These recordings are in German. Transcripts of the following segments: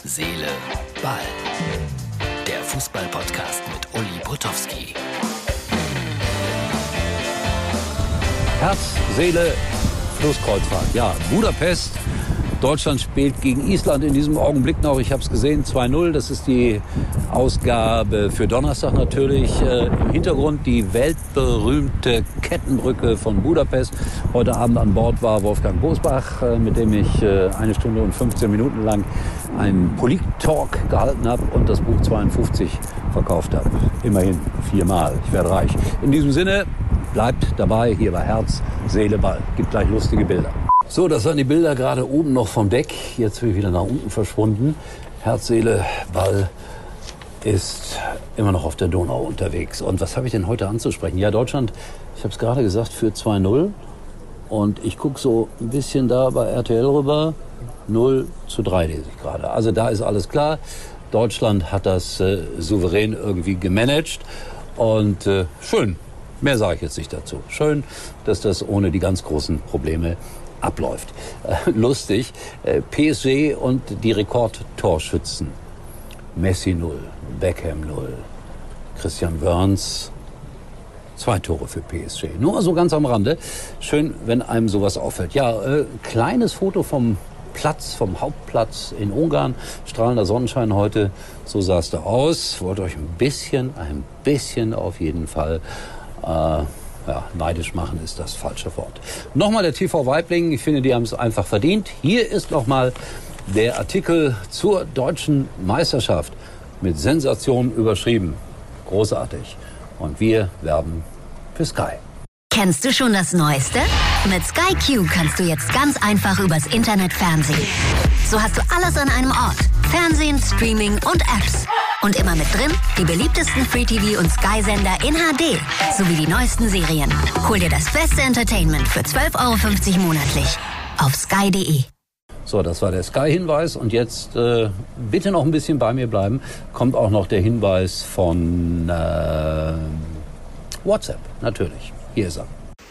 Seele, Ball. Der Fußball-Podcast mit Uli Potowski. Herz, Seele, Flusskreuzfahrt. Ja, Budapest. Deutschland spielt gegen Island in diesem Augenblick noch. Ich habe es gesehen, 2-0. Das ist die Ausgabe für Donnerstag natürlich. Im Hintergrund die weltberühmte Kettenbrücke von Budapest. Heute Abend an Bord war Wolfgang Bosbach, mit dem ich 1 Stunde und 15 Minuten lang einen Polit-Talk gehalten habe und das Buch 52 verkauft habe. Immerhin 4-mal. Ich werde reich. In diesem Sinne, bleibt dabei. Hier bei Herz, Seele, Ball. Gibt gleich lustige Bilder. So, das waren die Bilder gerade oben noch vom Deck. Jetzt bin ich wieder nach unten verschwunden. Herz, Seele, Ball ist immer noch auf der Donau unterwegs. Und was habe ich denn heute anzusprechen? Ja, Deutschland, ich habe es gerade gesagt, führt 2-0. Und ich gucke so ein bisschen da bei RTL rüber. 0-3 lese ich gerade. Also da ist alles klar. Deutschland hat das souverän irgendwie gemanagt. Und schön, mehr sage ich jetzt nicht dazu. Schön, dass das ohne die ganz großen Probleme abläuft. Lustig, PSG und die Rekordtorschützen. Messi 0, Beckham 0, Christian Wörns 2 Tore für PSG. Nur so ganz am Rande. Schön, wenn einem sowas auffällt. Ja, kleines Foto vom Platz, vom Hauptplatz in Ungarn. Strahlender Sonnenschein heute. So sah es da aus. Wollte euch ein bisschen auf jeden Fall neidisch machen ist das falsche Wort. Nochmal der TV Weibling. Ich finde, die haben es einfach verdient. Hier ist nochmal der Artikel zur deutschen Meisterschaft mit Sensation überschrieben. Großartig. Und wir werben für Sky. Kennst du schon das Neueste? Mit Sky Q kannst du jetzt ganz einfach übers Internet fernsehen. So hast du alles an einem Ort. Fernsehen, Streaming und Apps. Und immer mit drin die beliebtesten Free-TV- und Sky-Sender in HD. Sowie die neuesten Serien. Hol dir das beste Entertainment für 12,50 € monatlich. Auf sky.de. So, das war der Sky-Hinweis. Und jetzt bitte noch ein bisschen bei mir bleiben. Kommt auch noch der Hinweis von WhatsApp, natürlich. Hier ist er.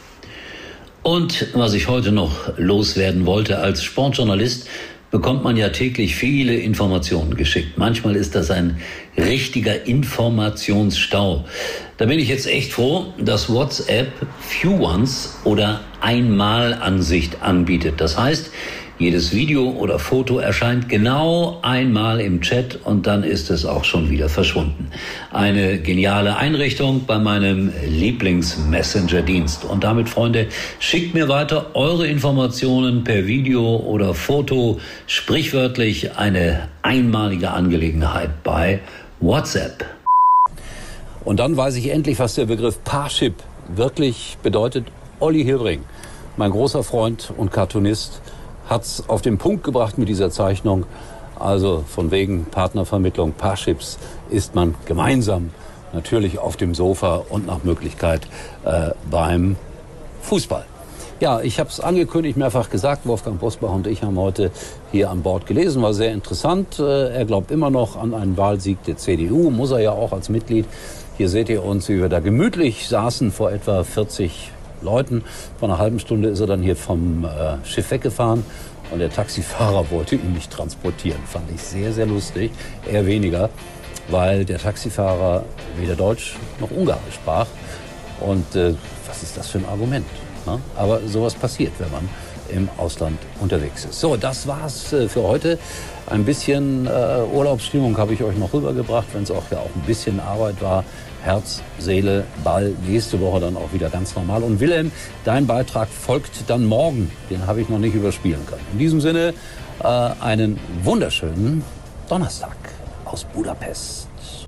Und was ich heute noch loswerden wollte, als Sportjournalist bekommt man ja täglich viele Informationen geschickt. Manchmal ist das ein richtiger Informationsstau. Da bin ich jetzt echt froh, dass WhatsApp Few Once oder Einmalansicht anbietet. Das heißt, jedes Video oder Foto erscheint genau einmal im Chat und dann ist es auch schon wieder verschwunden. Eine geniale Einrichtung bei meinem Lieblings-Messenger-Dienst. Und damit, Freunde, schickt mir weiter eure Informationen per Video oder Foto. Sprichwörtlich eine einmalige Angelegenheit bei WhatsApp. Und dann weiß ich endlich, was der Begriff Parship wirklich bedeutet. Olli Hilbring, mein großer Freund und Cartoonist, hat's auf den Punkt gebracht mit dieser Zeichnung. Also von wegen Partnervermittlung, Paarships ist man gemeinsam natürlich auf dem Sofa und nach Möglichkeit beim Fußball. Ja, ich habe es angekündigt, mehrfach gesagt, Wolfgang Bosbach und ich haben heute hier an Bord gelesen, war sehr interessant. Er glaubt immer noch an einen Wahlsieg der CDU, muss er ja auch als Mitglied. Hier seht ihr uns, wie wir da gemütlich saßen vor etwa 40 Leuten. Vor einer halben Stunde ist er dann hier vom Schiff weggefahren und der Taxifahrer wollte ihn nicht transportieren. Fand ich sehr, sehr lustig. Eher weniger, weil der Taxifahrer weder Deutsch noch Ungarisch sprach. Und was ist das für ein Argument? Ne? Aber sowas passiert, wenn man im Ausland unterwegs ist. So, das war's für heute. Ein bisschen Urlaubsstimmung habe ich euch noch rübergebracht, wenn es auch ein bisschen Arbeit war. Herz, Seele, Ball, nächste Woche dann auch wieder ganz normal. Und Wilhelm, dein Beitrag folgt dann morgen. Den habe ich noch nicht überspielen können. In diesem Sinne, einen wunderschönen Donnerstag aus Budapest.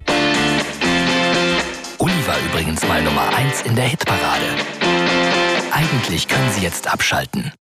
Uli war übrigens mal Nummer 1 in der Hitparade. Eigentlich können Sie jetzt abschalten.